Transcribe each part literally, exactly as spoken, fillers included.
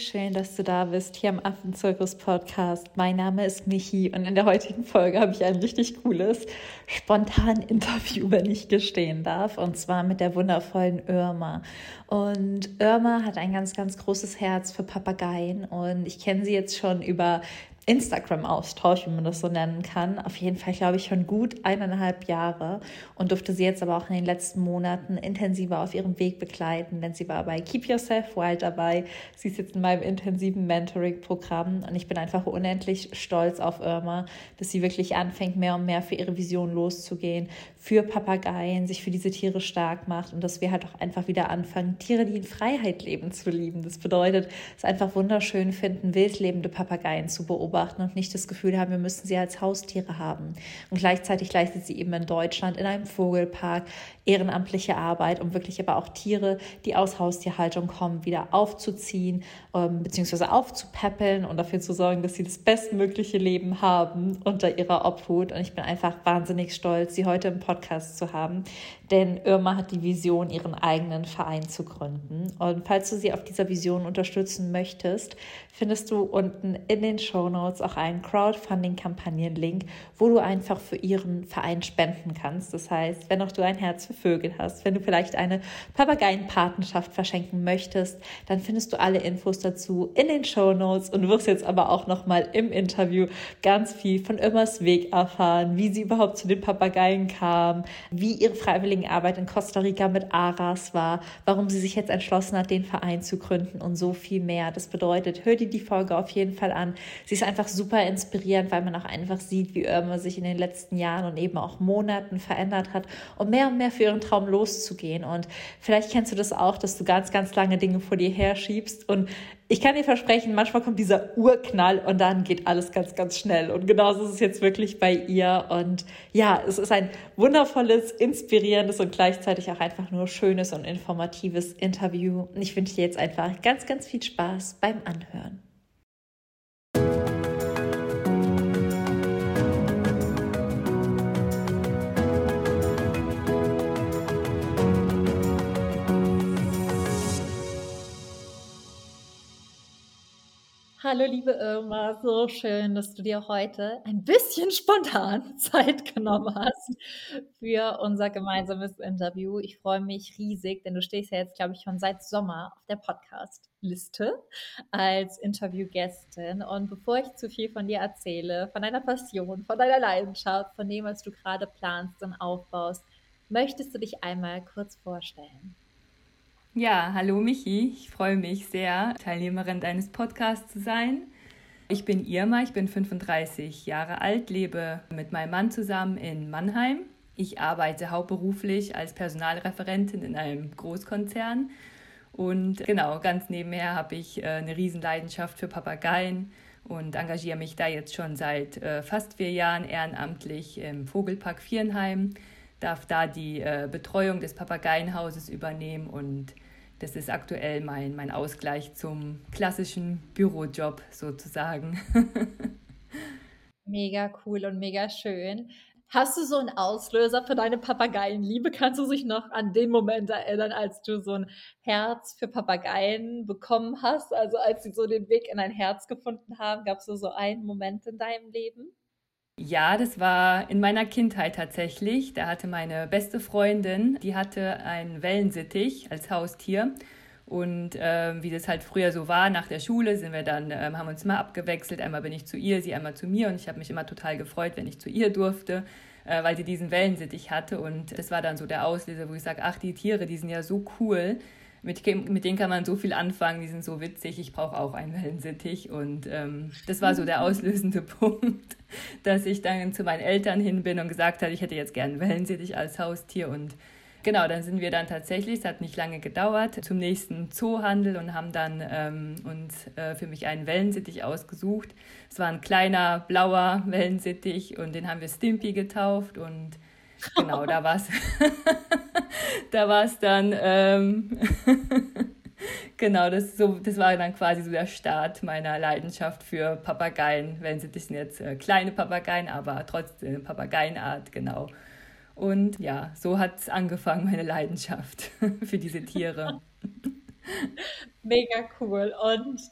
schön, dass du da bist, hier am Affenzirkus-Podcast. Mein Name ist Michi und in der heutigen Folge habe ich ein richtig cooles, spontan Interview, wenn ich gestehen darf, und zwar mit der wundervollen Irma. Und Irma hat ein ganz, ganz großes Herz für Papageien und ich kenne sie jetzt schon über Instagram-Austausch, wie man das so nennen kann. Auf jeden Fall, glaube ich, schon gut eineinhalb Jahre und durfte sie jetzt aber auch in den letzten Monaten intensiver auf ihrem Weg begleiten, denn sie war bei Keep Yourself Wild dabei. Sie ist jetzt in meinem intensiven Mentoring-Programm und ich bin einfach unendlich stolz auf Irma, dass sie wirklich anfängt, mehr und mehr für ihre Vision loszugehen, für Papageien, sich für diese Tiere stark macht und dass wir halt auch einfach wieder anfangen, Tiere, die in Freiheit leben, zu lieben. Das bedeutet, es einfach wunderschön finden, wildlebende Papageien zu beobachten und nicht das Gefühl haben, wir müssen sie als Haustiere haben. Und gleichzeitig leistet sie eben in Deutschland in einem Vogelpark ehrenamtliche Arbeit, um wirklich aber auch Tiere, die aus Haustierhaltung kommen, wieder aufzuziehen ähm, bzw. aufzupäppeln und dafür zu sorgen, dass sie das bestmögliche Leben haben unter ihrer Obhut. Und ich bin einfach wahnsinnig stolz, sie heute im Podcast zu haben, denn Irma hat die Vision, ihren eigenen Verein zu gründen. Und falls du sie auf dieser Vision unterstützen möchtest, findest du unten in den Shownotes auch einen Crowdfunding-Kampagnen-Link, wo du einfach für ihren Verein spenden kannst. Das heißt, wenn auch du ein Herz für Vögel hast, wenn du vielleicht eine Papageienpatenschaft verschenken möchtest, dann findest du alle Infos dazu in den Shownotes und wirst jetzt aber auch nochmal im Interview ganz viel von Irmas Weg erfahren, wie sie überhaupt zu den Papageien kam, wie ihre Freiwilligenarbeit in Costa Rica mit Aras war, warum sie sich jetzt entschlossen hat, den Verein zu gründen und so viel mehr. Das bedeutet, hör dir die Folge auf jeden Fall an. Sie ist einfach super inspirierend, weil man auch einfach sieht, wie Irma sich in den letzten Jahren und eben auch Monaten verändert hat, um mehr und mehr für ihren Traum loszugehen. Und vielleicht kennst du das auch, dass du ganz, ganz lange Dinge vor dir herschiebst und ich kann dir versprechen, manchmal kommt dieser Urknall und dann geht alles ganz, ganz schnell. Und genauso ist es jetzt wirklich bei ihr. Und ja, es ist ein wundervolles, inspirierendes und gleichzeitig auch einfach nur schönes und informatives Interview. Und ich wünsche dir jetzt einfach ganz, ganz viel Spaß beim Anhören. Hallo liebe Irma, so schön, dass du dir heute ein bisschen spontan Zeit genommen hast für unser gemeinsames Interview. Ich freue mich riesig, denn du stehst ja jetzt, glaube ich, schon seit Sommer auf der Podcast-Liste als Interviewgästin. Und bevor ich zu viel von dir erzähle, von deiner Passion, von deiner Leidenschaft, von dem, was du gerade planst und aufbaust, möchtest du dich einmal kurz vorstellen? Ja, hallo Michi, ich freue mich sehr, Teilnehmerin deines Podcasts zu sein. Ich bin Irma, ich bin fünfunddreißig Jahre alt, lebe mit meinem Mann zusammen in Mannheim. Ich arbeite hauptberuflich als Personalreferentin in einem Großkonzern und genau, ganz nebenher habe ich eine Riesenleidenschaft für Papageien und engagiere mich da jetzt schon seit fast vier Jahren ehrenamtlich im Vogelpark Viernheim. Darf da die äh, Betreuung des Papageienhauses übernehmen und das ist aktuell mein, mein Ausgleich zum klassischen Bürojob sozusagen. Mega cool und mega schön. Hast du so einen Auslöser für deine Papageienliebe? Kannst du dich noch an den Moment erinnern, als du so ein Herz für Papageien bekommen hast? Also als sie so den Weg in dein Herz gefunden haben, gab es so, so einen Moment in deinem Leben? Ja, das war in meiner Kindheit tatsächlich. Da hatte meine beste Freundin, die hatte einen Wellensittich als Haustier. Und äh, wie das halt früher so war, nach der Schule sind wir dann, äh, haben uns mal abgewechselt. Einmal bin ich zu ihr, sie einmal zu mir. Und ich habe mich immer total gefreut, wenn ich zu ihr durfte, äh, weil sie diesen Wellensittich hatte. Und das war dann so der Auslöser, wo ich sage, ach, die Tiere, die sind ja so cool. Mit, mit denen kann man so viel anfangen, die sind so witzig, ich brauche auch einen Wellensittich. Und ähm, das war so der auslösende Punkt, dass ich dann zu meinen Eltern hin bin und gesagt habe, ich hätte jetzt gerne einen Wellensittich als Haustier. Und genau, dann sind wir dann tatsächlich, es hat nicht lange gedauert, zum nächsten Zoohandel und haben dann ähm, uns äh, für mich einen Wellensittich ausgesucht. Es war ein kleiner, blauer Wellensittich und den haben wir Stimpy getauft und genau, da war es da war es dann, ähm, genau, das, so, das war dann quasi so der Start meiner Leidenschaft für Papageien. Wellensittich sind jetzt äh, kleine Papageien, aber trotzdem Papageienart, genau. Und ja, so hat es angefangen, meine Leidenschaft für diese Tiere. Mega cool. Und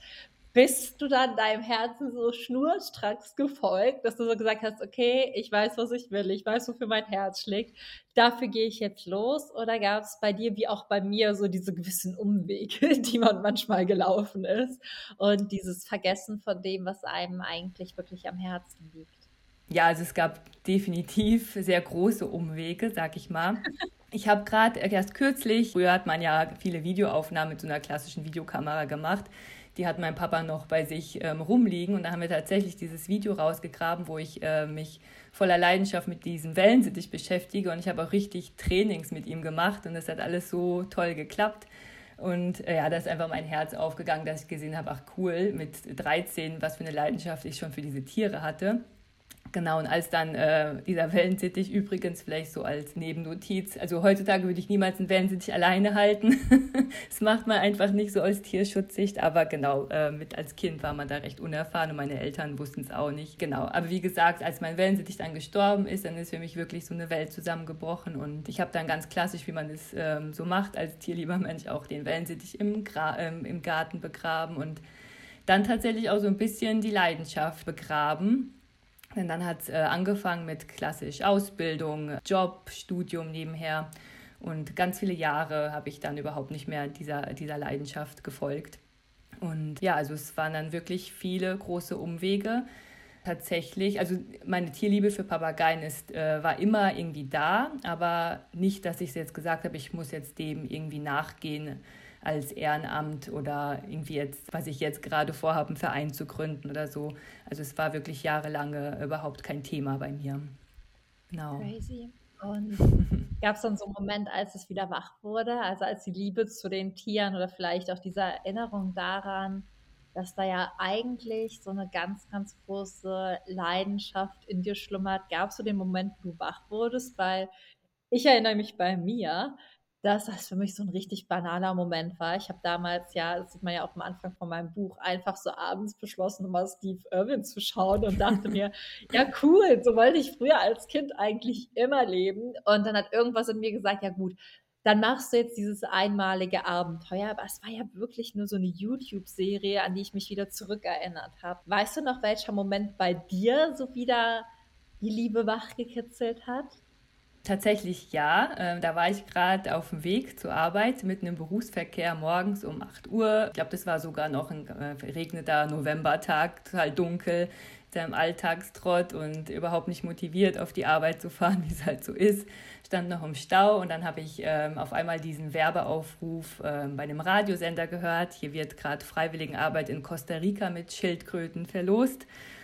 bist du dann deinem Herzen so schnurstracks gefolgt, dass du so gesagt hast, okay, ich weiß, was ich will, ich weiß, wofür mein Herz schlägt, dafür gehe ich jetzt los? Oder gab es bei dir, wie auch bei mir, so diese gewissen Umwege, die man manchmal gelaufen ist und dieses Vergessen von dem, was einem eigentlich wirklich am Herzen liegt? Ja, also es gab definitiv sehr große Umwege, sag ich mal. Ich habe gerade erst kürzlich, früher hat man ja viele Videoaufnahmen mit so einer klassischen Videokamera gemacht. Die hat mein Papa noch bei sich ähm, rumliegen und da haben wir tatsächlich dieses Video rausgegraben, wo ich äh, mich voller Leidenschaft mit diesem Wellensittich beschäftige und ich habe auch richtig Trainings mit ihm gemacht und das hat alles so toll geklappt. Und äh, ja, da ist einfach mein Herz aufgegangen, dass ich gesehen habe, ach cool, mit dreizehn, was für eine Leidenschaft ich schon für diese Tiere hatte. Genau, und als dann äh, dieser Wellensittich, übrigens vielleicht so als Nebennotiz, also heutzutage würde ich niemals einen Wellensittich alleine halten. Das macht man einfach nicht so aus Tierschutzsicht, aber genau, äh, mit als Kind war man da recht unerfahren und meine Eltern wussten es auch nicht. Genau, aber wie gesagt, als mein Wellensittich dann gestorben ist, dann ist für mich wirklich so eine Welt zusammengebrochen und ich habe dann ganz klassisch, wie man es ähm, so macht, als tierlieber Mensch auch den Wellensittich im, Gra- ähm, im Garten begraben und dann tatsächlich auch so ein bisschen die Leidenschaft begraben. Denn dann hat es äh, angefangen mit klassisch Ausbildung, Job, Studium nebenher. Und ganz viele Jahre habe ich dann überhaupt nicht mehr dieser, dieser Leidenschaft gefolgt. Und ja, also es waren dann wirklich viele große Umwege. Tatsächlich, also meine Tierliebe für Papageien ist, äh, war immer irgendwie da, aber nicht, dass ich jetzt gesagt habe, ich muss jetzt dem irgendwie nachgehen als Ehrenamt oder irgendwie jetzt, was ich jetzt gerade vorhabe, einen Verein zu gründen oder so. Also es war wirklich jahrelang überhaupt kein Thema bei mir. Genau. Crazy. Und gab es dann so einen Moment, als es wieder wach wurde, also als die Liebe zu den Tieren oder vielleicht auch diese Erinnerung daran, dass da ja eigentlich so eine ganz, ganz große Leidenschaft in dir schlummert. Gab es so den Moment, wo du wach wurdest? Weil ich erinnere mich bei mir, dass das für mich so ein richtig banaler Moment war. Ich habe damals ja, das sieht man ja auch am Anfang von meinem Buch, einfach so abends beschlossen, mal Steve Irwin zu schauen und dachte mir: „Ja cool, so wollte ich früher als Kind eigentlich immer leben.“ Und dann hat irgendwas in mir gesagt: „Ja gut, dann machst du jetzt dieses einmalige Abenteuer.“ Aber es war ja wirklich nur so eine YouTube-Serie, an die ich mich wieder zurückerinnert habe. Weißt du noch, welcher Moment bei dir so wieder die Liebe wachgekitzelt hat? Tatsächlich ja. Ähm, da war ich gerade auf dem Weg zur Arbeit mitten im Berufsverkehr morgens um acht Uhr. Ich glaube, das war sogar noch ein äh, verregneter Novembertag, total dunkel, im Alltagstrott und überhaupt nicht motiviert, auf die Arbeit zu fahren, wie es halt so ist. Stand noch im Stau und dann habe ich ähm, auf einmal diesen Werbeaufruf ähm, bei einem Radiosender gehört. Hier wird gerade Freiwilligenarbeit in Costa Rica mit Schildkröten verlost.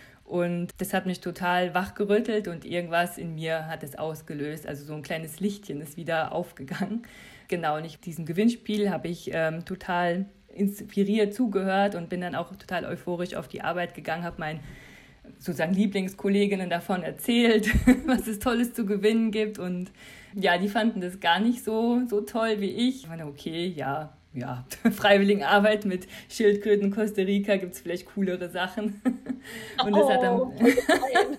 Und das hat mich total wachgerüttelt und irgendwas in mir hat es ausgelöst. Also so ein kleines Lichtchen ist wieder aufgegangen. Genau, und ich, diesem Gewinnspiel habe ich ähm, total inspiriert zugehört und bin dann auch total euphorisch auf die Arbeit gegangen, habe meinen sozusagen Lieblingskolleginnen davon erzählt, was es Tolles zu gewinnen gibt. Und ja, die fanden das gar nicht so, so toll wie ich. Ich meine, okay, ja, ja, Freiwilligenarbeit mit Schildkröten in Costa Rica gibt es vielleicht coolere Sachen. Und das hat dann, Oh, voll gemein.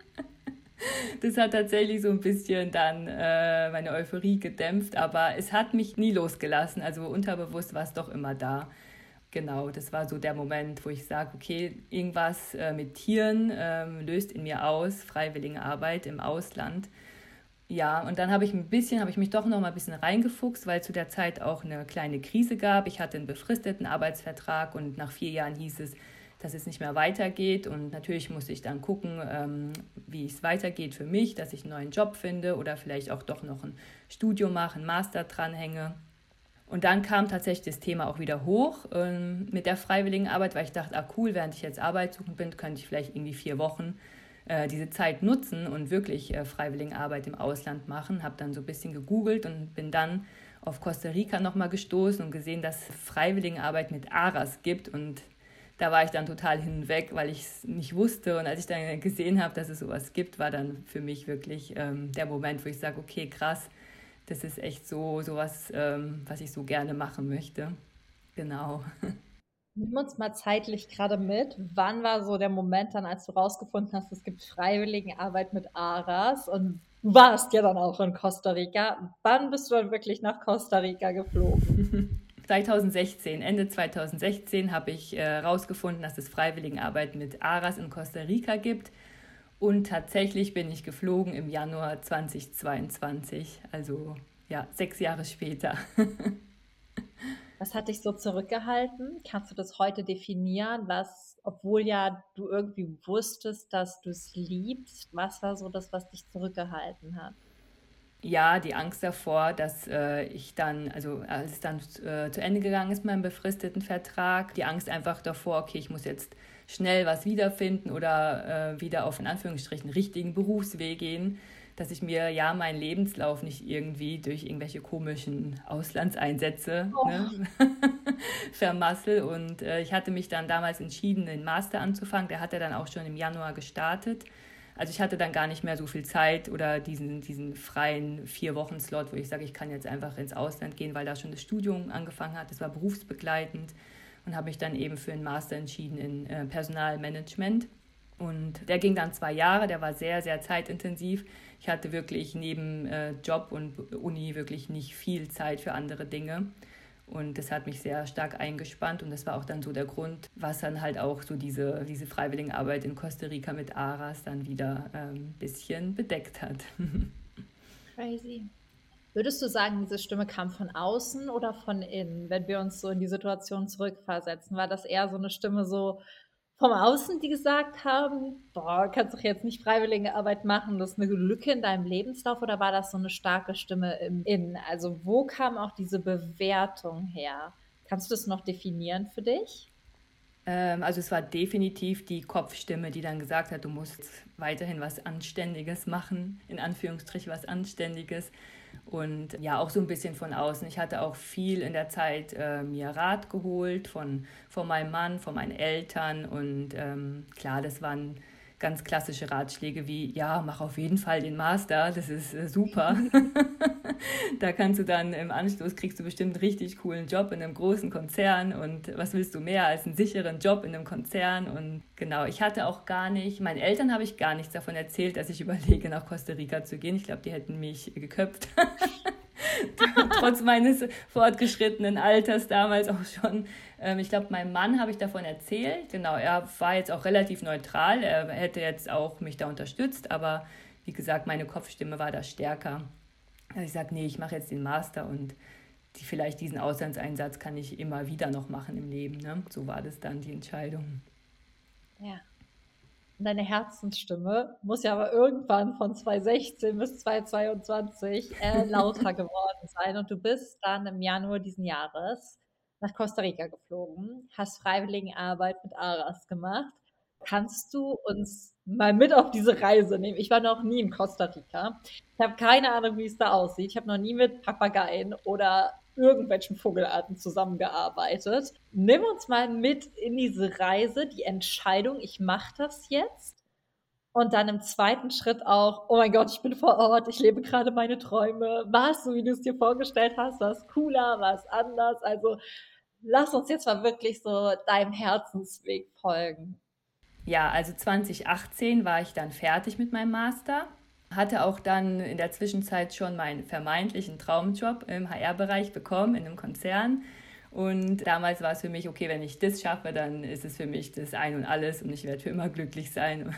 das hat tatsächlich so ein bisschen dann äh, meine Euphorie gedämpft, aber es hat mich nie losgelassen. Also unterbewusst war es doch immer da. Genau, das war so der Moment, wo ich sage, okay, irgendwas äh, mit Tieren ähm, löst in mir aus, Freiwilligenarbeit im Ausland. Ja, und dann habe ich ein bisschen, habe ich mich doch noch mal ein bisschen reingefuchst, weil zu der Zeit auch eine kleine Krise gab. Ich hatte einen befristeten Arbeitsvertrag und nach vier Jahren hieß es, dass es nicht mehr weitergeht. Und natürlich musste ich dann gucken, ähm, wie es weitergeht für mich, dass ich einen neuen Job finde oder vielleicht auch doch noch ein Studium mache, einen Master dranhänge. Und dann kam tatsächlich das Thema auch wieder hoch ähm, mit der Freiwilligenarbeit, weil ich dachte, ah cool, während ich jetzt arbeitssuchend bin, könnte ich vielleicht irgendwie vier Wochen äh, diese Zeit nutzen und wirklich äh, Freiwilligenarbeit im Ausland machen. Habe dann so ein bisschen gegoogelt und bin dann auf Costa Rica nochmal gestoßen und gesehen, dass es Freiwilligenarbeit mit Aras gibt. Und da war ich dann total hinweg, weil ich es nicht wusste. Und als ich dann gesehen habe, dass es sowas gibt, war dann für mich wirklich ähm, der Moment, wo ich sage, okay, krass, das ist echt so sowas, ähm, was ich so gerne machen möchte. Genau. Nimm uns mal zeitlich gerade mit. Wann war so der Moment dann, als du rausgefunden hast, es gibt Freiwilligenarbeit mit Aras und du warst ja dann auch in Costa Rica. Wann bist du dann wirklich nach Costa Rica geflogen? zweitausendsechzehn, Ende zweitausendsechzehn habe ich herausgefunden, äh, dass es Freiwilligenarbeit mit Aras in Costa Rica gibt. Und tatsächlich bin ich geflogen im Januar zweitausendzweiundzwanzig, also ja, sechs Jahre später. Was hat dich so zurückgehalten? Kannst du das heute definieren? Was, obwohl ja du irgendwie wusstest, dass du es liebst, was war so das, was dich zurückgehalten hat? Ja, die Angst davor, dass äh, ich dann, also als es dann äh, zu Ende gegangen ist, mein befristeten Vertrag, die Angst einfach davor, okay, ich muss jetzt schnell was wiederfinden oder äh, wieder auf in Anführungsstrichen richtigen Berufsweg gehen, dass ich mir ja meinen Lebenslauf nicht irgendwie durch irgendwelche komischen Auslandseinsätze Oh. ne, vermassel. Und äh, ich hatte mich dann damals entschieden, den Master anzufangen. Der hat ja dann auch schon im Januar gestartet. Also ich hatte dann gar nicht mehr so viel Zeit oder diesen, diesen freien Vier-Wochen-Slot, wo ich sage, ich kann jetzt einfach ins Ausland gehen, weil da schon das Studium angefangen hat. Das war berufsbegleitend und habe mich dann eben für einen Master entschieden in äh, Personalmanagement. Und der ging dann zwei Jahre, der war sehr, sehr zeitintensiv. Ich hatte wirklich neben äh, Job und Uni wirklich nicht viel Zeit für andere Dinge. Und das hat mich sehr stark eingespannt und das war auch dann so der Grund, was dann halt auch so diese, diese Freiwilligenarbeit in Costa Rica mit Aras dann wieder ein ähm, bisschen bedeckt hat. Crazy. Würdest du sagen, diese Stimme kam von außen oder von innen, wenn wir uns so in die Situation zurückversetzen? War das eher so eine Stimme so vom Außen, die gesagt haben, boah, kannst doch jetzt nicht freiwillige Arbeit machen, das ist eine Lücke in deinem Lebenslauf, oder war das so eine starke Stimme im Innen? Also wo kam auch diese Bewertung her? Kannst du das noch definieren für dich? Ähm, also es war definitiv die Kopfstimme, die dann gesagt hat, du musst weiterhin was Anständiges machen, in Anführungsstrichen was Anständiges. Und ja, auch so ein bisschen von außen. Ich hatte auch viel in der Zeit äh, mir Rat geholt von, von meinem Mann, von meinen Eltern. Und ähm, klar, das waren ganz klassische Ratschläge wie, ja, mach auf jeden Fall den Master, das ist äh, super. Da kannst du dann im Anschluss, kriegst du bestimmt einen richtig coolen Job in einem großen Konzern und was willst du mehr als einen sicheren Job in einem Konzern? Und genau, ich hatte auch gar nicht, meinen Eltern habe ich gar nichts davon erzählt, dass ich überlege, nach Costa Rica zu gehen. Ich glaube, die hätten mich geköpft. Trotz meines fortgeschrittenen Alters damals auch schon. Ich glaube, meinem Mann habe ich davon erzählt. Genau, er war jetzt auch relativ neutral. Er hätte jetzt auch mich da unterstützt, aber wie gesagt, meine Kopfstimme war da stärker. Also ich sage, nee, ich mache jetzt den Master und die, vielleicht diesen Auslandseinsatz kann ich immer wieder noch machen im Leben. Ne? So war das dann die Entscheidung. Ja. Und deine Herzensstimme muss ja aber irgendwann von zweitausendsechzehn bis zweitausendzweiundzwanzig äh, lauter geworden sein. Und du bist dann im Januar diesen Jahres nach Costa Rica geflogen, hast Freiwilligenarbeit mit Aras gemacht. Kannst du uns mal mit auf diese Reise nehmen? Ich war noch nie in Costa Rica. Ich habe keine Ahnung, wie es da aussieht. Ich habe noch nie mit Papageien oder irgendwelchen Vogelarten zusammengearbeitet. Nimm uns mal mit in diese Reise, die Entscheidung, ich mache das jetzt. Und dann im zweiten Schritt auch, oh mein Gott, ich bin vor Ort, ich lebe gerade meine Träume. War es so, wie du es dir vorgestellt hast? War es cooler? War es anders? Also lass uns jetzt mal wirklich so deinem Herzensweg folgen. Ja, also zweitausendachtzehn war ich dann fertig mit meinem Master. Hatte auch dann in der Zwischenzeit schon meinen vermeintlichen Traumjob im H R-Bereich bekommen, in einem Konzern. Und damals war es für mich, okay, wenn ich das schaffe, dann ist es für mich das Ein und Alles und ich werde für immer glücklich sein.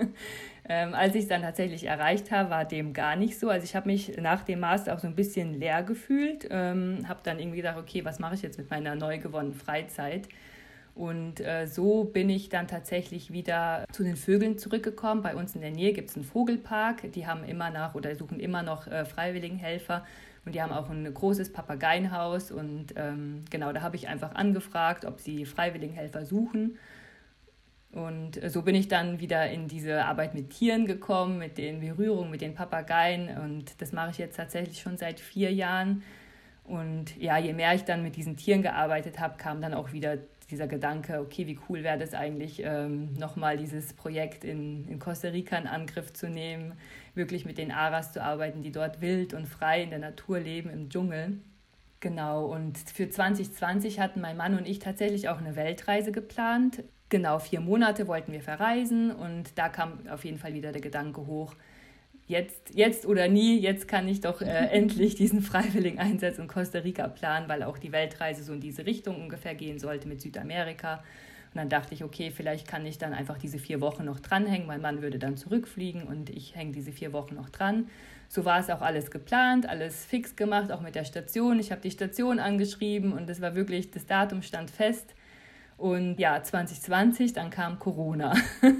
ähm, als ich es dann tatsächlich erreicht habe, war dem gar nicht so. Also ich habe mich nach dem Master auch so ein bisschen leer gefühlt, ähm, habe dann irgendwie gedacht, okay, was mache ich jetzt mit meiner neu gewonnenen Freizeit? Und äh, so bin ich dann tatsächlich wieder zu den Vögeln zurückgekommen. Bei uns in der Nähe gibt es einen Vogelpark. Die haben immer noch oder suchen immer noch äh, Freiwilligenhelfer. Und die haben auch ein großes Papageienhaus. Und ähm, genau, da habe ich einfach angefragt, ob sie Freiwilligenhelfer suchen. Und äh, so bin ich dann wieder in diese Arbeit mit Tieren gekommen, mit den Berührungen mit den Papageien. Und das mache ich jetzt tatsächlich schon seit vier Jahren. Und ja, je mehr ich dann mit diesen Tieren gearbeitet habe, kam dann auch wieder dieser Gedanke, okay, wie cool wäre das eigentlich, ähm, nochmal dieses Projekt in, in Costa Rica in Angriff zu nehmen, wirklich mit den Aras zu arbeiten, die dort wild und frei in der Natur leben, im Dschungel. Genau, und für zwanzig zwanzig hatten mein Mann und ich tatsächlich auch eine Weltreise geplant. Genau, vier Monate wollten wir verreisen und da kam auf jeden Fall wieder der Gedanke hoch, jetzt, jetzt oder nie, jetzt kann ich doch äh, endlich diesen Freiwilligeneinsatz in Costa Rica planen, weil auch die Weltreise so in diese Richtung ungefähr gehen sollte mit Südamerika. Und dann dachte ich, okay, vielleicht kann ich dann einfach diese vier Wochen noch dranhängen. Mein Mann würde dann zurückfliegen und ich hänge diese vier Wochen noch dran. So war es auch alles geplant, alles fix gemacht, auch mit der Station. Ich habe die Station angeschrieben und das war wirklich, das Datum stand fest. Und ja, zwanzig zwanzig, dann kam Corona.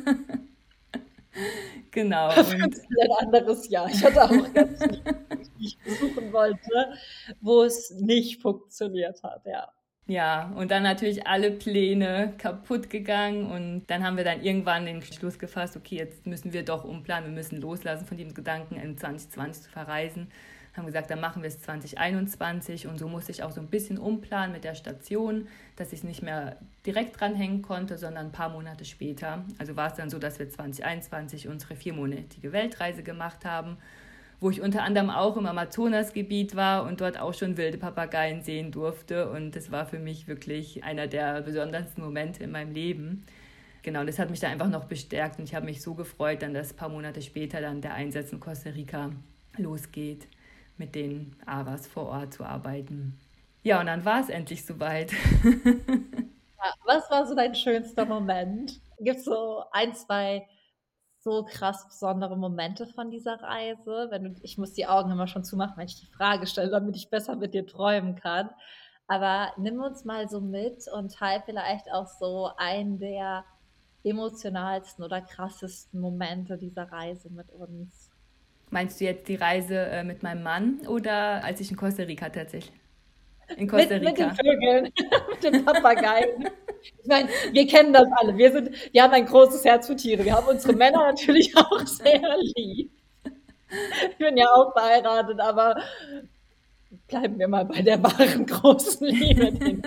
Genau. Und ein anderes Jahr. Ich hatte auch ganz viel, die ich besuchen wollte, wo es nicht funktioniert hat, ja. Ja, und dann natürlich alle Pläne kaputt gegangen und dann haben wir dann irgendwann den Schluss gefasst, okay, jetzt müssen wir doch umplanen, wir müssen loslassen von dem Gedanken, in zwanzig zwanzig zu verreisen. Haben gesagt, dann machen wir es zwanzig einundzwanzig und so musste ich auch so ein bisschen umplanen mit der Station, dass ich nicht mehr direkt dranhängen konnte, sondern ein paar Monate später. Also war es dann so, dass wir zwanzig einundzwanzig unsere viermonatige Weltreise gemacht haben, wo ich unter anderem auch im Amazonasgebiet war und dort auch schon wilde Papageien sehen durfte. Und das war für mich wirklich einer der besondersten Momente in meinem Leben. Genau, und das hat mich dann einfach noch bestärkt und ich habe mich so gefreut, dann, dass ein paar Monate später dann der Einsatz in Costa Rica losgeht, mit den Aras vor Ort zu arbeiten. Ja, und dann war es endlich soweit. Ja, was war so dein schönster Moment? Gibt es so ein, zwei so krass besondere Momente von dieser Reise? Wenn du, ich muss die Augen immer schon zumachen, wenn ich die Frage stelle, damit ich besser mit dir träumen kann. Aber nimm uns mal so mit und teil vielleicht auch so einen der emotionalsten oder krassesten Momente dieser Reise mit uns. Meinst du jetzt die Reise äh, mit meinem Mann oder als ich in Costa Rica tatsächlich? In Costa Mit, mit den Rica. Vögeln, mit den Papageien. Ich meine, wir kennen das alle. Wir sind, wir haben ein großes Herz für Tiere. Wir haben unsere Männer natürlich auch sehr lieb. Ich bin ja auch verheiratet, aber bleiben wir mal bei der wahren großen Liebe.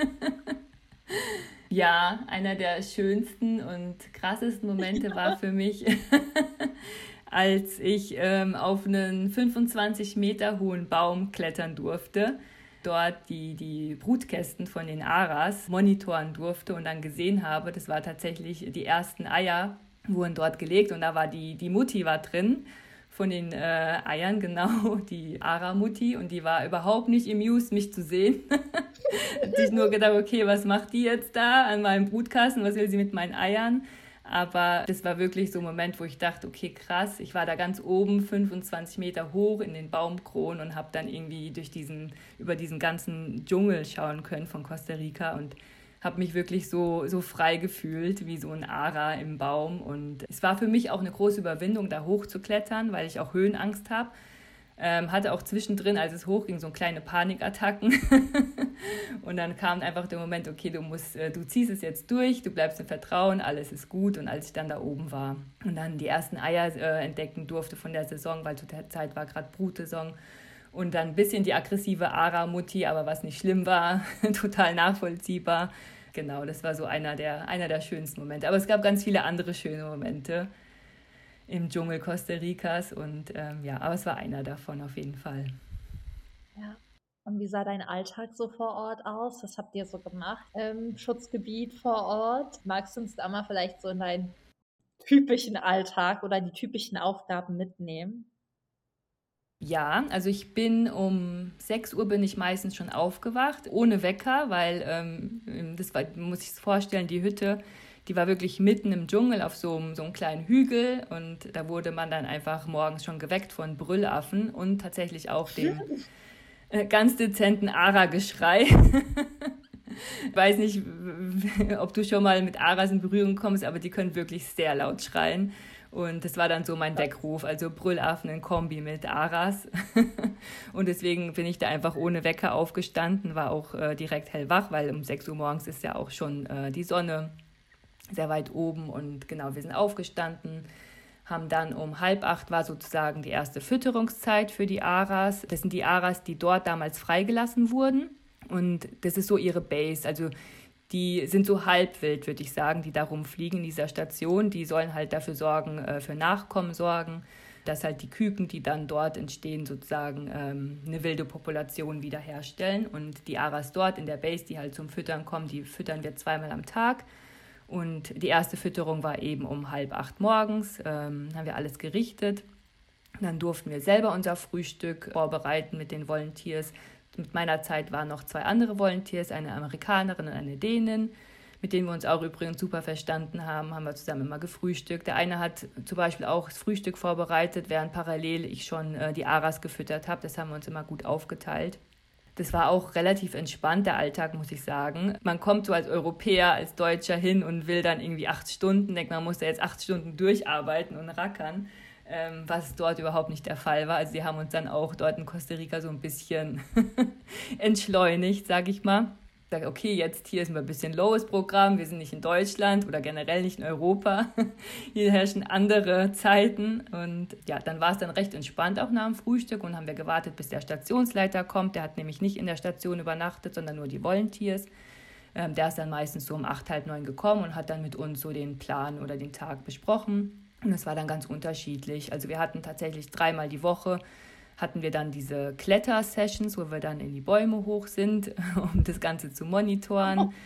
Ja, einer der schönsten und krassesten Momente war für mich, als ich ähm, auf einen fünfundzwanzig Meter hohen Baum klettern durfte, dort die, die Brutkästen von den Aras monitoren durfte und dann gesehen habe, das war tatsächlich, die ersten Eier wurden dort gelegt und da war die, die Mutti war drin von den äh, Eiern, genau, die Ara-Mutti, und die war überhaupt nicht amused, mich zu sehen. Hat sich nur gedacht, okay, was macht die jetzt da an meinem Brutkasten, was will sie mit meinen Eiern? Aber das war wirklich so ein Moment, wo ich dachte, okay, krass, ich war da ganz oben, fünfundzwanzig Meter hoch in den Baumkronen und habe dann irgendwie durch diesen, über diesen ganzen Dschungel schauen können von Costa Rica und habe mich wirklich so, so frei gefühlt, wie so ein Ara im Baum. Und es war für mich auch eine große Überwindung, da hochzuklettern, weil ich auch Höhenangst habe. Ähm, hatte auch zwischendrin, als es hochging, so kleine Panikattacken. Und dann kam einfach der Moment, okay, du musst, äh, du ziehst es jetzt durch, du bleibst im Vertrauen, alles ist gut. Und als ich dann da oben war und dann die ersten Eier äh, entdecken durfte von der Saison, weil zu der Zeit war gerade Brutsaison, und dann ein bisschen die aggressive Ara-Mutti, aber was nicht schlimm war, total nachvollziehbar. Genau, das war so einer der, einer der schönsten Momente. Aber es gab ganz viele andere schöne Momente im Dschungel Costa Ricas und ähm, ja, aber es war einer davon auf jeden Fall. Ja. Und wie sah dein Alltag so vor Ort aus? Was habt ihr so gemacht im Schutzgebiet vor Ort? Magst du uns da mal vielleicht so in deinen typischen Alltag oder die typischen Aufgaben mitnehmen? Ja, also ich bin um sechs Uhr bin ich meistens schon aufgewacht, ohne Wecker, weil ähm, das war, muss ich es vorstellen, die Hütte, die war wirklich mitten im Dschungel auf so einem, so einem kleinen Hügel und da wurde man dann einfach morgens schon geweckt von Brüllaffen und tatsächlich auch dem äh, ganz dezenten Ara-Geschrei. Ich weiß nicht, ob du schon mal mit Aras in Berührung kommst, aber die können wirklich sehr laut schreien. Und das war dann so mein Weckruf, also Brüllaffen in Kombi mit Aras. Und deswegen bin ich da einfach ohne Wecker aufgestanden, war auch äh, direkt hellwach, weil um sechs Uhr morgens ist ja auch schon äh, die Sonne sehr weit oben. Und genau, wir sind aufgestanden, haben dann um halb acht war sozusagen die erste Fütterungszeit für die Aras. Das sind die Aras, die dort damals freigelassen wurden. Und das ist so ihre Base, also die sind so halbwild, würde ich sagen, die da rumfliegen in dieser Station. Die sollen halt dafür sorgen, äh, für Nachkommen sorgen, dass halt die Küken, die dann dort entstehen, sozusagen ähm, eine wilde Population wiederherstellen. Und die Aras dort in der Base, die halt zum Füttern kommen, die füttern wir zweimal am Tag. Und die erste Fütterung war eben um halb acht morgens, ähm, haben wir alles gerichtet. Dann durften wir selber unser Frühstück vorbereiten mit den Volunteers. Mit meiner Zeit waren noch zwei andere Volunteers, eine Amerikanerin und eine Dänin, mit denen wir uns auch übrigens super verstanden haben, haben wir zusammen immer gefrühstückt. Der eine hat zum Beispiel auch das Frühstück vorbereitet, während parallel ich schon äh, die Aras gefüttert habe. Das haben wir uns immer gut aufgeteilt. Das war auch relativ entspannt, der Alltag, muss ich sagen. Man kommt so als Europäer, als Deutscher hin und will dann irgendwie acht Stunden, denkt man muss da jetzt acht Stunden durcharbeiten und rackern, ähm, was dort überhaupt nicht der Fall war. Also die haben uns dann auch dort in Costa Rica so ein bisschen entschleunigt, sag ich mal. Ich sage, okay, jetzt hier ist ein bisschen lowes Programm, wir sind nicht in Deutschland oder generell nicht in Europa. Hier herrschen andere Zeiten und ja, dann war es dann recht entspannt auch nach dem Frühstück und haben wir gewartet, bis der Stationsleiter kommt. Der hat nämlich nicht in der Station übernachtet, sondern nur die Volunteers. Ähm, der ist dann meistens so um acht, halb neun gekommen und hat dann mit uns so den Plan oder den Tag besprochen. Und es war dann ganz unterschiedlich. Also wir hatten tatsächlich dreimal die Woche hatten wir dann diese Kletter-Sessions, wo wir dann in die Bäume hoch sind, um das Ganze zu monitoren. Oh.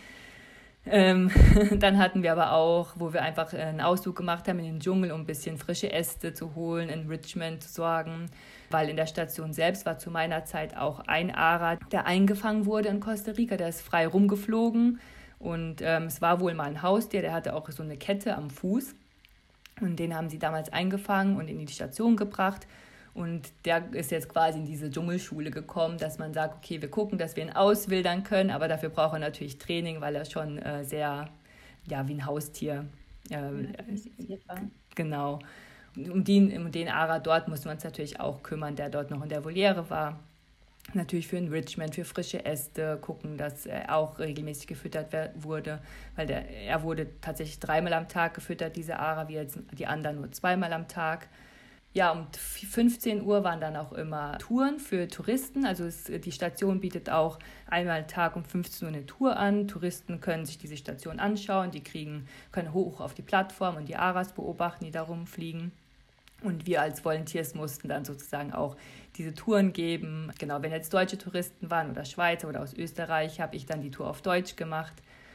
Ähm, dann hatten wir aber auch, wo wir einfach einen Ausflug gemacht haben in den Dschungel, um ein bisschen frische Äste zu holen, Enrichment zu sorgen, weil in der Station selbst war zu meiner Zeit auch ein Ara, der eingefangen wurde in Costa Rica, der ist frei rumgeflogen und ähm, es war wohl mal ein Haustier, der hatte auch so eine Kette am Fuß und den haben sie damals eingefangen und in die Station gebracht. Und der ist jetzt quasi in diese Dschungelschule gekommen, dass man sagt, okay, wir gucken, dass wir ihn auswildern können, aber dafür braucht er natürlich Training, weil er schon äh, sehr, ja, wie ein Haustier ähm, ja, genau. Um den, um den Ara dort mussten wir uns natürlich auch kümmern, der dort noch in der Voliere war. Natürlich für Enrichment, für frische Äste, gucken, dass er auch regelmäßig gefüttert wurde, weil der, er wurde tatsächlich dreimal am Tag gefüttert, diese Ara, wie jetzt die anderen nur zweimal am Tag. Ja, um fünfzehn Uhr waren dann auch immer Touren für Touristen. Also es, die Station bietet auch einmal am Tag um fünfzehn Uhr eine Tour an. Touristen können sich diese Station anschauen, die kriegen, können hoch auf die Plattform und die Aras beobachten, die da rumfliegen. Und wir als Volunteers mussten dann sozusagen auch diese Touren geben. Genau, wenn jetzt deutsche Touristen waren oder Schweizer oder aus Österreich, habe ich dann die Tour auf Deutsch gemacht.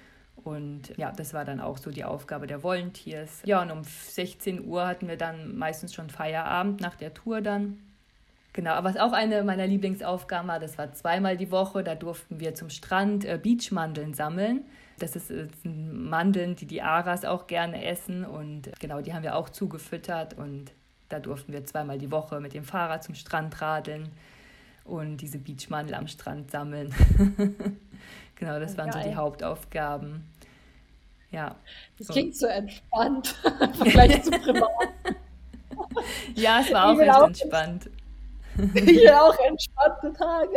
Und ja, das war dann auch so die Aufgabe der Volunteers. Ja, und um sechzehn Uhr hatten wir dann meistens schon Feierabend nach der Tour dann. Genau, aber was auch eine meiner Lieblingsaufgaben war, das war zweimal die Woche, da durften wir zum Strand äh, Beachmandeln sammeln. Das, ist, das sind Mandeln, die die Aras auch gerne essen und genau, die haben wir auch zugefüttert und da durften wir zweimal die Woche mit dem Fahrrad zum Strand radeln und diese Beachmandel am Strand sammeln. Genau, das waren Geil. So die Hauptaufgaben. Ja. Das klingt so entspannt im Vergleich zu privat. Ja, es war auch recht auch entspannt. Ich will auch entspannte Tage.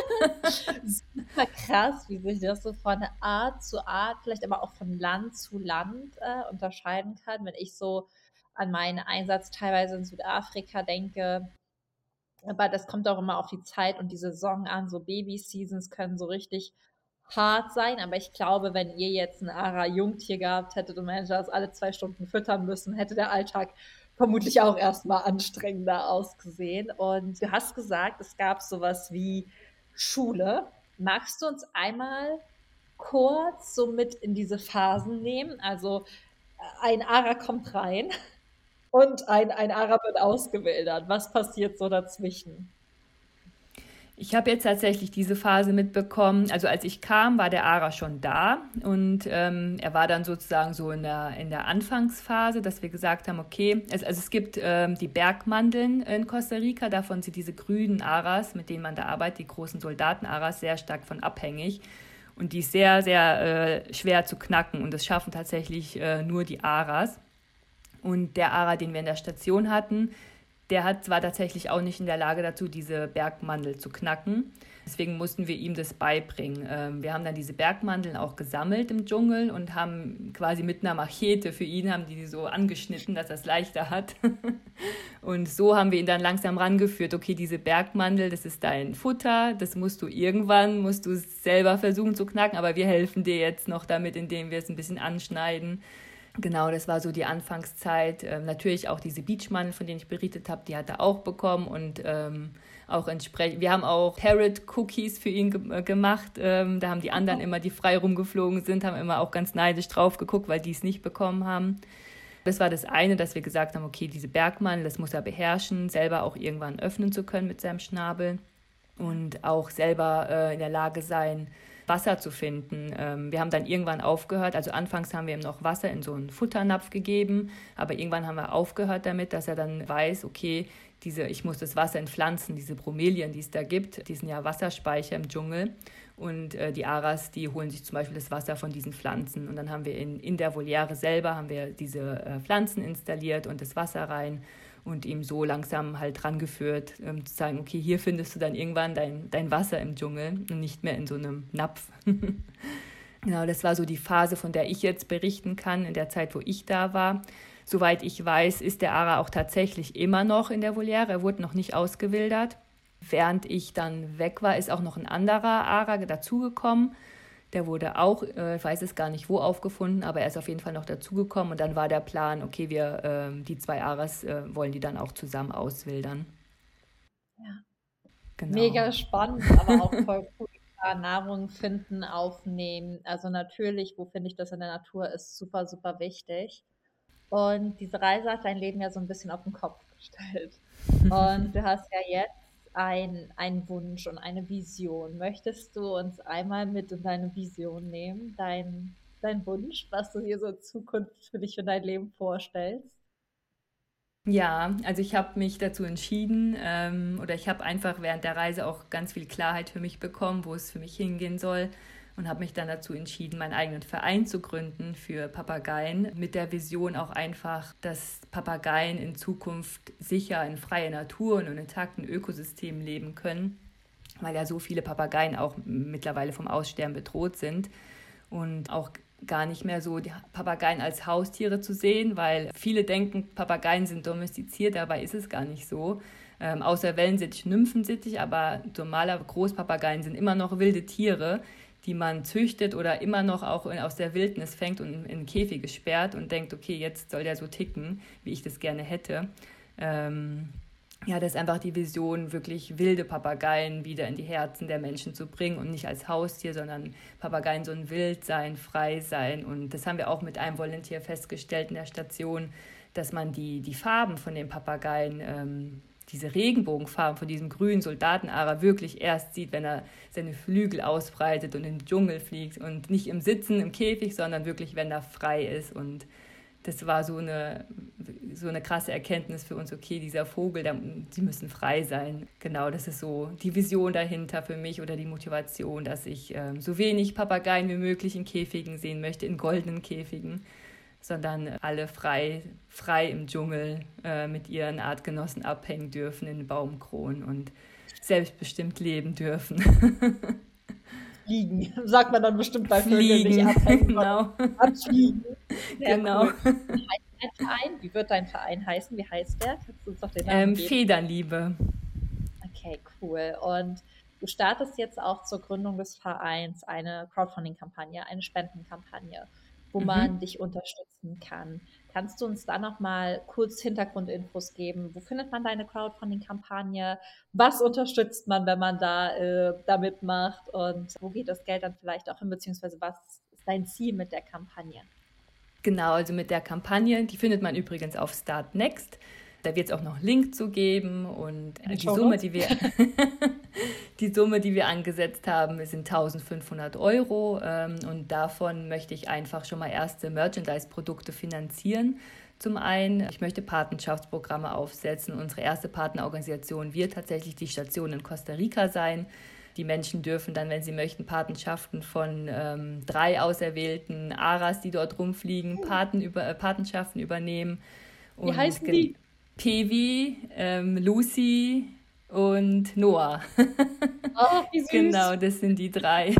Super krass, wie sich das so von Art zu Art, vielleicht aber auch von Land zu Land äh, unterscheiden kann. Wenn ich so an meinen Einsatz teilweise in Südafrika denke, aber das kommt auch immer auf die Zeit und die Saison an. So Baby-Seasons können so richtig hart sein, aber ich glaube, wenn ihr jetzt ein Ara-Jungtier gehabt hättet und man hätte das alle zwei Stunden füttern müssen, hätte der Alltag vermutlich auch erstmal anstrengender ausgesehen. Und du hast gesagt, es gab sowas wie Schule. Magst du uns einmal kurz so mit in diese Phasen nehmen? Also ein Ara kommt rein und ein, ein Ara wird ausgewildert. Was passiert so dazwischen? Ich habe jetzt tatsächlich diese Phase mitbekommen. Also als ich kam, war der Ara schon da und ähm, er war dann sozusagen so in der, in der Anfangsphase, dass wir gesagt haben, okay, es, also es gibt ähm, die Bergmandeln in Costa Rica, davon sind diese grünen Aras, mit denen man da arbeitet, die großen Soldaten-Aras, sehr stark von abhängig und die ist sehr, sehr äh, schwer zu knacken und das schaffen tatsächlich äh, nur die Aras. Und der Ara, den wir in der Station hatten, der hat, war tatsächlich auch nicht in der Lage dazu, diese Bergmandel zu knacken. Deswegen mussten wir ihm das beibringen. Ähm, wir haben dann diese Bergmandeln auch gesammelt im Dschungel und haben quasi mit einer Machete für ihn, haben die so angeschnitten, dass er es leichter hat. Und so haben wir ihn dann langsam rangeführt. Okay, diese Bergmandel, das ist dein Futter, das musst du irgendwann, musst du es selber versuchen zu knacken, aber wir helfen dir jetzt noch damit, indem wir es ein bisschen anschneiden. Genau, das war so die Anfangszeit. Ähm, natürlich auch diese Beachmandel, von denen ich berichtet habe, die hat er auch bekommen und ähm, auch entsprechend. Wir haben auch Parrot-Cookies für ihn ge- gemacht. Ähm, da haben die anderen immer, die frei rumgeflogen sind, haben immer auch ganz neidisch drauf geguckt, weil die es nicht bekommen haben. Das war das eine, dass wir gesagt haben, okay, diese Bergmann, das muss er beherrschen, selber auch irgendwann öffnen zu können mit seinem Schnabel und auch selber äh, in der Lage sein, Wasser zu finden. Ähm, wir haben dann irgendwann aufgehört, also anfangs haben wir ihm noch Wasser in so einen Futternapf gegeben, aber irgendwann haben wir aufgehört damit, dass er dann weiß, okay, diese, ich muss das Wasser in Pflanzen, diese Bromelien, die es da gibt, die sind ja Wasserspeicher im Dschungel und äh, die Aras, die holen sich zum Beispiel das Wasser von diesen Pflanzen und dann haben wir in, in der Voliere selber haben wir diese äh, Pflanzen installiert und das Wasser rein und ihm so langsam halt rangeführt, ähm, zu sagen, okay, hier findest du dann irgendwann dein, dein Wasser im Dschungel und nicht mehr in so einem Napf. Genau, das war so die Phase, von der ich jetzt berichten kann, in der Zeit, wo ich da war. Soweit ich weiß, ist der Ara auch tatsächlich immer noch in der Voliere. Er wurde noch nicht ausgewildert. Während ich dann weg war, ist auch noch ein anderer Ara dazugekommen. Der wurde auch, äh, ich weiß es gar nicht wo, aufgefunden, aber er ist auf jeden Fall noch dazugekommen. Und dann war der Plan, okay, wir äh, die zwei Aras äh, wollen die dann auch zusammen auswildern. Ja. Genau. Mega spannend, aber auch voll cool. Nahrung finden, aufnehmen. Also natürlich, wo finde ich das in der Natur, ist super, super wichtig. Und diese Reise hat dein Leben ja so ein bisschen auf den Kopf gestellt. Und du hast ja jetzt ein, einen Wunsch und eine Vision. Möchtest du uns einmal mit in deine Vision nehmen, dein, dein Wunsch, was du dir so in Zukunft für dich für dein Leben vorstellst? Ja, also ich habe mich dazu entschieden ähm, oder ich habe einfach während der Reise auch ganz viel Klarheit für mich bekommen, wo es für mich hingehen soll und habe mich dann dazu entschieden, meinen eigenen Verein zu gründen für Papageien mit der Vision auch einfach, dass Papageien in Zukunft sicher in freier Natur und in intakten Ökosystemen leben können, weil ja so viele Papageien auch mittlerweile vom Aussterben bedroht sind und auch gar nicht mehr so die Papageien als Haustiere zu sehen, weil viele denken, Papageien sind domestiziert, dabei ist es gar nicht so. Ähm, außer Wellensittich, Nymphensittich, aber normale Großpapageien sind immer noch wilde Tiere, die man züchtet oder immer noch auch in, aus der Wildnis fängt und in Käfige sperrt und denkt, okay, jetzt soll der so ticken, wie ich das gerne hätte. Ähm, Ja, das ist einfach die Vision, wirklich wilde Papageien wieder in die Herzen der Menschen zu bringen und nicht als Haustier, sondern Papageien sollen wild sein, frei sein. Und das haben wir auch mit einem Volunteer festgestellt in der Station, dass man die, die Farben von den Papageien, ähm, diese Regenbogenfarben von diesem grünen Soldatenara wirklich erst sieht, wenn er seine Flügel ausbreitet und in den Dschungel fliegt und nicht im Sitzen im Käfig, sondern wirklich, wenn er frei ist. Und das war so eine, so eine krasse Erkenntnis für uns, okay, dieser Vogel, der, die müssen frei sein. Genau, das ist so die Vision dahinter für mich oder die Motivation, dass ich ähm, so wenig Papageien wie möglich in Käfigen sehen möchte, in goldenen Käfigen, sondern alle frei, frei im Dschungel äh, mit ihren Artgenossen abhängen dürfen in den Baumkronen und selbstbestimmt leben dürfen. Fliegen, sagt man dann bestimmt bei Vögeln, Fliegen, nicht abhängen, genau. abfliegen. Sehr Genau. cool. Wie heißt dein Verein? Wie wird dein Verein heißen? Wie heißt der? Kannst du uns doch den Namen Ähm, geben? Federnliebe. Okay, cool. Und du startest jetzt auch zur Gründung des Vereins eine Crowdfunding-Kampagne, eine Spendenkampagne, wo Mhm. man dich unterstützen kann. Kannst du uns da nochmal kurz Hintergrundinfos geben? Wo findet man deine Crowdfunding-Kampagne? Was unterstützt man, wenn man da, äh, da mitmacht? Und wo geht das Geld dann vielleicht auch hin? Beziehungsweise was ist dein Ziel mit der Kampagne? Genau, also mit der Kampagne, die findet man übrigens auf Start Next. Da wird es auch noch einen Link zu geben und In den die Show Summe, Notes? die wir, die Summe, die wir angesetzt haben, sind eintausendfünfhundert Euro ähm, und davon möchte ich einfach schon mal erste Merchandise-Produkte finanzieren. Zum einen, ich möchte Patenschaftsprogramme aufsetzen. Unsere erste Partnerorganisation wird tatsächlich die Station in Costa Rica sein. Die Menschen dürfen dann, wenn sie möchten, Patenschaften von ähm, drei auserwählten Aras, die dort rumfliegen, Paten über, äh, Patenschaften übernehmen. Wie Und heißen gen- die? Pevi, ähm, Lucy und Noah. Oh, wie süß. Genau, das sind die drei.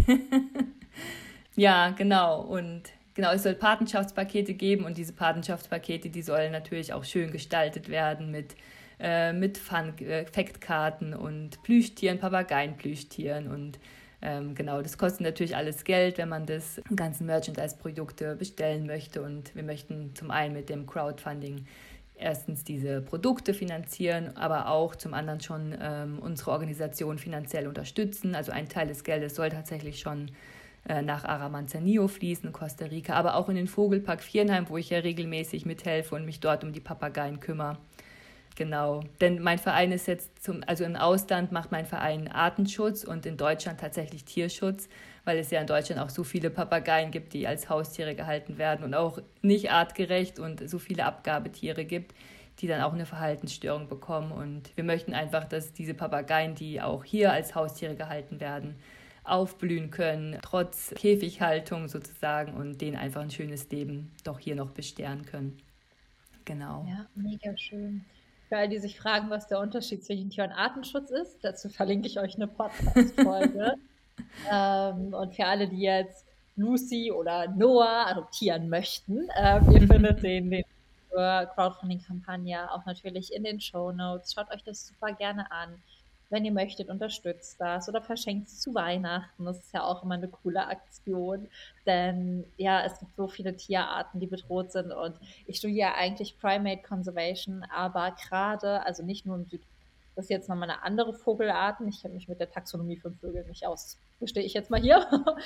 Ja, genau. Und genau, es soll Patenschaftspakete geben und diese Patenschaftspakete, die sollen natürlich auch schön gestaltet werden mit, äh, mit Fun, äh, Faktkarten und Plüschtieren, Papageienplüschtieren und ähm, genau, das kostet natürlich alles Geld, wenn man das ganzen Merchandise-Produkte bestellen möchte und wir möchten zum einen mit dem Crowdfunding erstens diese Produkte finanzieren, aber auch zum anderen schon ähm, unsere Organisation finanziell unterstützen. Also ein Teil des Geldes soll tatsächlich schon äh, nach Aramanzanillo fließen, in Costa Rica, aber auch in den Vogelpark Viernheim, wo ich ja regelmäßig mithelfe und mich dort um die Papageien kümmere. Genau, denn mein Verein ist jetzt, zum, also im Ausland macht mein Verein Artenschutz und in Deutschland tatsächlich Tierschutz, weil es ja in Deutschland auch so viele Papageien gibt, die als Haustiere gehalten werden und auch nicht artgerecht und so viele Abgabetiere gibt, die dann auch eine Verhaltensstörung bekommen. Und wir möchten einfach, dass diese Papageien, die auch hier als Haustiere gehalten werden, aufblühen können, trotz Käfighaltung sozusagen, und denen einfach ein schönes Leben doch hier noch bescheren können. Genau. Ja, mega schön. Für all die sich fragen, was der Unterschied zwischen Tier- und Artenschutz ist, dazu verlinke ich euch eine Podcast-Folge. ähm, und für alle, die jetzt Lucy oder Noah adoptieren möchten, äh, ihr findet den, den Crowdfunding-Kampagne auch natürlich in den Shownotes. Schaut euch das super gerne an. Wenn ihr möchtet, unterstützt das oder verschenkt es zu Weihnachten. Das ist ja auch immer eine coole Aktion, denn ja, es gibt so viele Tierarten, die bedroht sind, und ich studiere eigentlich Primate Conservation, aber gerade, also nicht nur im Süd, das ist jetzt nochmal eine andere Vogelarten. Ich kenne mich mit der Taxonomie von Vögeln nicht aus, gestehe ich jetzt mal hier.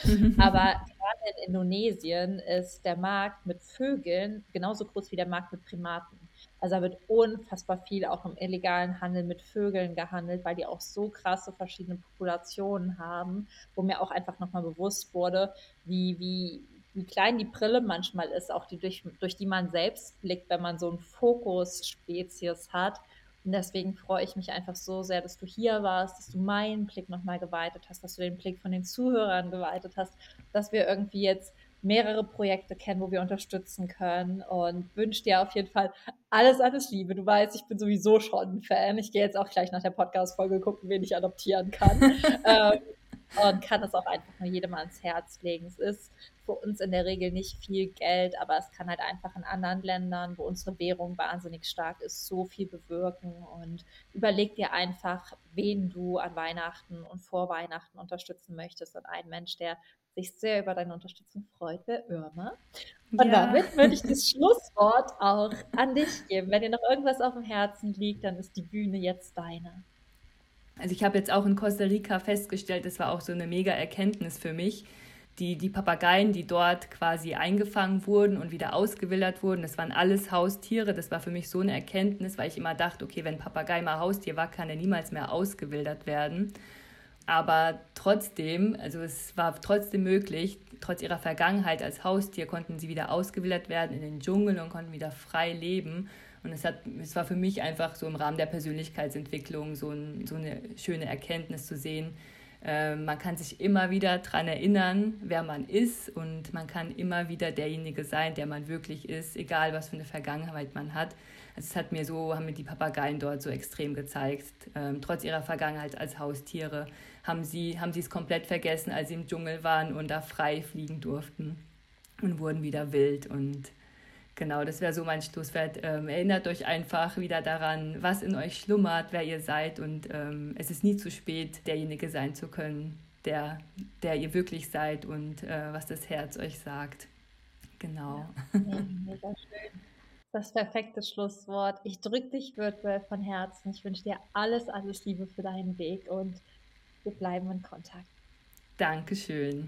Aber gerade in Indonesien ist der Markt mit Vögeln genauso groß wie der Markt mit Primaten. Also da wird unfassbar viel auch im illegalen Handel mit Vögeln gehandelt, weil die auch so krasse verschiedene Populationen haben, wo mir auch einfach nochmal bewusst wurde, wie, wie, wie klein die Brille manchmal ist, auch die durch, durch die man selbst blickt, wenn man so einen Fokus-Spezies hat. Und deswegen freue ich mich einfach so sehr, dass du hier warst, dass du meinen Blick nochmal geweitet hast, dass du den Blick von den Zuhörern geweitet hast, dass wir irgendwie jetzt mehrere Projekte kennen, wo wir unterstützen können, und wünsche dir auf jeden Fall alles, alles Liebe. Du weißt, ich bin sowieso schon ein Fan. Ich gehe jetzt auch gleich nach der Podcast-Folge gucken, wen ich adoptieren kann. ähm, und kann das auch einfach nur jedem ans Herz legen. Es ist für uns in der Regel nicht viel Geld, aber es kann halt einfach in anderen Ländern, wo unsere Währung wahnsinnig stark ist, so viel bewirken. Und überleg dir einfach, wen du an Weihnachten und vor Weihnachten unterstützen möchtest. Und ein Mensch, der sich sehr über deine Unterstützung freut, wäre Irma. Und ja, damit würde ich das Schlusswort auch an dich geben. Wenn dir noch irgendwas auf dem Herzen liegt, dann ist die Bühne jetzt deine. Also ich habe jetzt auch in Costa Rica festgestellt, das war auch so eine mega Erkenntnis für mich, die, die Papageien, die dort quasi eingefangen wurden und wieder ausgewildert wurden, das waren alles Haustiere. Das war für mich so eine Erkenntnis, weil ich immer dachte, okay, wenn ein Papagei mal Haustier war, kann er niemals mehr ausgewildert werden. Aber trotzdem, also es war trotzdem möglich, trotz ihrer Vergangenheit als Haustier konnten sie wieder ausgewildert werden in den Dschungel und konnten wieder frei leben. Und es, hat, es war für mich einfach so im Rahmen der Persönlichkeitsentwicklung so, ein, so eine schöne Erkenntnis zu sehen. Äh, man kann sich immer wieder daran erinnern, wer man ist, und man kann immer wieder derjenige sein, der man wirklich ist, egal was für eine Vergangenheit man hat. Also es hat mir so, haben mir die Papageien dort so extrem gezeigt. Ähm, trotz ihrer Vergangenheit als Haustiere haben sie, haben sie es komplett vergessen, als sie im Dschungel waren und da frei fliegen durften und wurden wieder wild. Und genau, das wäre so mein Schlusswort. Ähm, erinnert euch einfach wieder daran, was in euch schlummert, wer ihr seid, und ähm, es ist nie zu spät, derjenige sein zu können, der, der ihr wirklich seid und äh, was das Herz euch sagt. Genau. Ja, mega schön. Das perfekte Schlusswort. Ich drücke dich virtuell von Herzen. Ich wünsche dir alles, alles Liebe für deinen Weg, und wir bleiben in Kontakt. Dankeschön.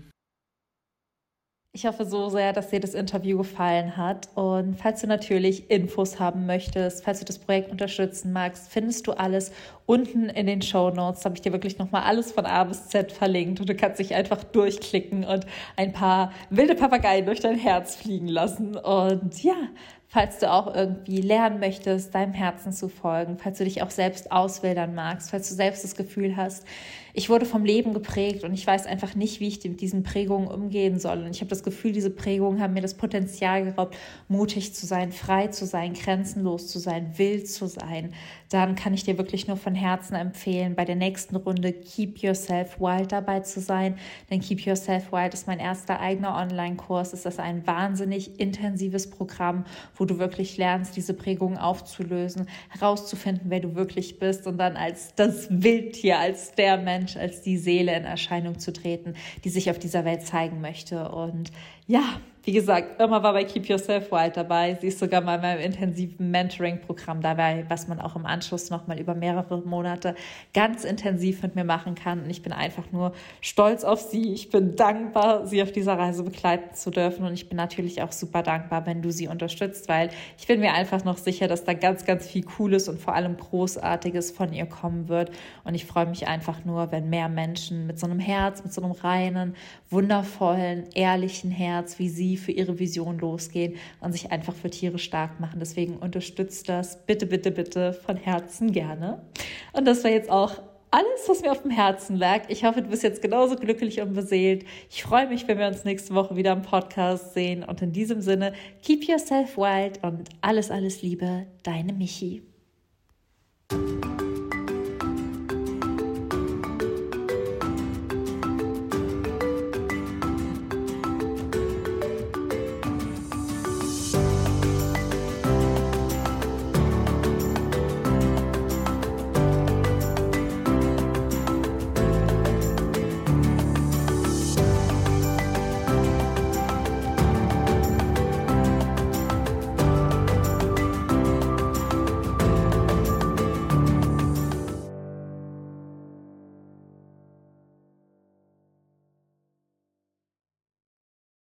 Ich hoffe so sehr, dass dir das Interview gefallen hat, und falls du natürlich Infos haben möchtest, falls du das Projekt unterstützen magst, findest du alles unten in den Shownotes. Da habe ich dir wirklich nochmal alles von A bis Z verlinkt, und du kannst dich einfach durchklicken und ein paar wilde Papageien durch dein Herz fliegen lassen. Und ja, falls du auch irgendwie lernen möchtest, deinem Herzen zu folgen, falls du dich auch selbst auswildern magst, falls du selbst das Gefühl hast, ich wurde vom Leben geprägt und ich weiß einfach nicht, wie ich mit diesen Prägungen umgehen soll. Und ich habe das Gefühl, diese Prägungen haben mir das Potenzial geraubt, mutig zu sein, frei zu sein, grenzenlos zu sein, wild zu sein. Dann kann ich dir wirklich nur von Herzen empfehlen, bei der nächsten Runde Keep Yourself Wild dabei zu sein. Denn Keep Yourself Wild ist mein erster eigener Online-Kurs. Es ist ein wahnsinnig intensives Programm, wo du wirklich lernst, diese Prägungen aufzulösen, herauszufinden, wer du wirklich bist, und dann als das Wildtier, als der Mensch, als die Seele in Erscheinung zu treten, die sich auf dieser Welt zeigen möchte. Und ja, Wie gesagt, Irma war bei Keep Yourself Wild dabei. Sie ist sogar mal in meinem intensiven Mentoring-Programm dabei, was man auch im Anschluss nochmal über mehrere Monate ganz intensiv mit mir machen kann. Und ich bin einfach nur stolz auf sie. Ich bin dankbar, sie auf dieser Reise begleiten zu dürfen. Und ich bin natürlich auch super dankbar, wenn du sie unterstützt, weil ich bin mir einfach noch sicher, dass da ganz, ganz viel Cooles und vor allem Großartiges von ihr kommen wird. Und ich freue mich einfach nur, wenn mehr Menschen mit so einem Herz, mit so einem reinen, wundervollen, ehrlichen Herz wie sie für ihre Vision losgehen und sich einfach für Tiere stark machen. Deswegen unterstützt das bitte, bitte, bitte von Herzen gerne. Und das war jetzt auch alles, was mir auf dem Herzen lag. Ich hoffe, du bist jetzt genauso glücklich und beseelt. Ich freue mich, wenn wir uns nächste Woche wieder im Podcast sehen. Und in diesem Sinne, keep yourself wild und alles, alles Liebe, deine Michi.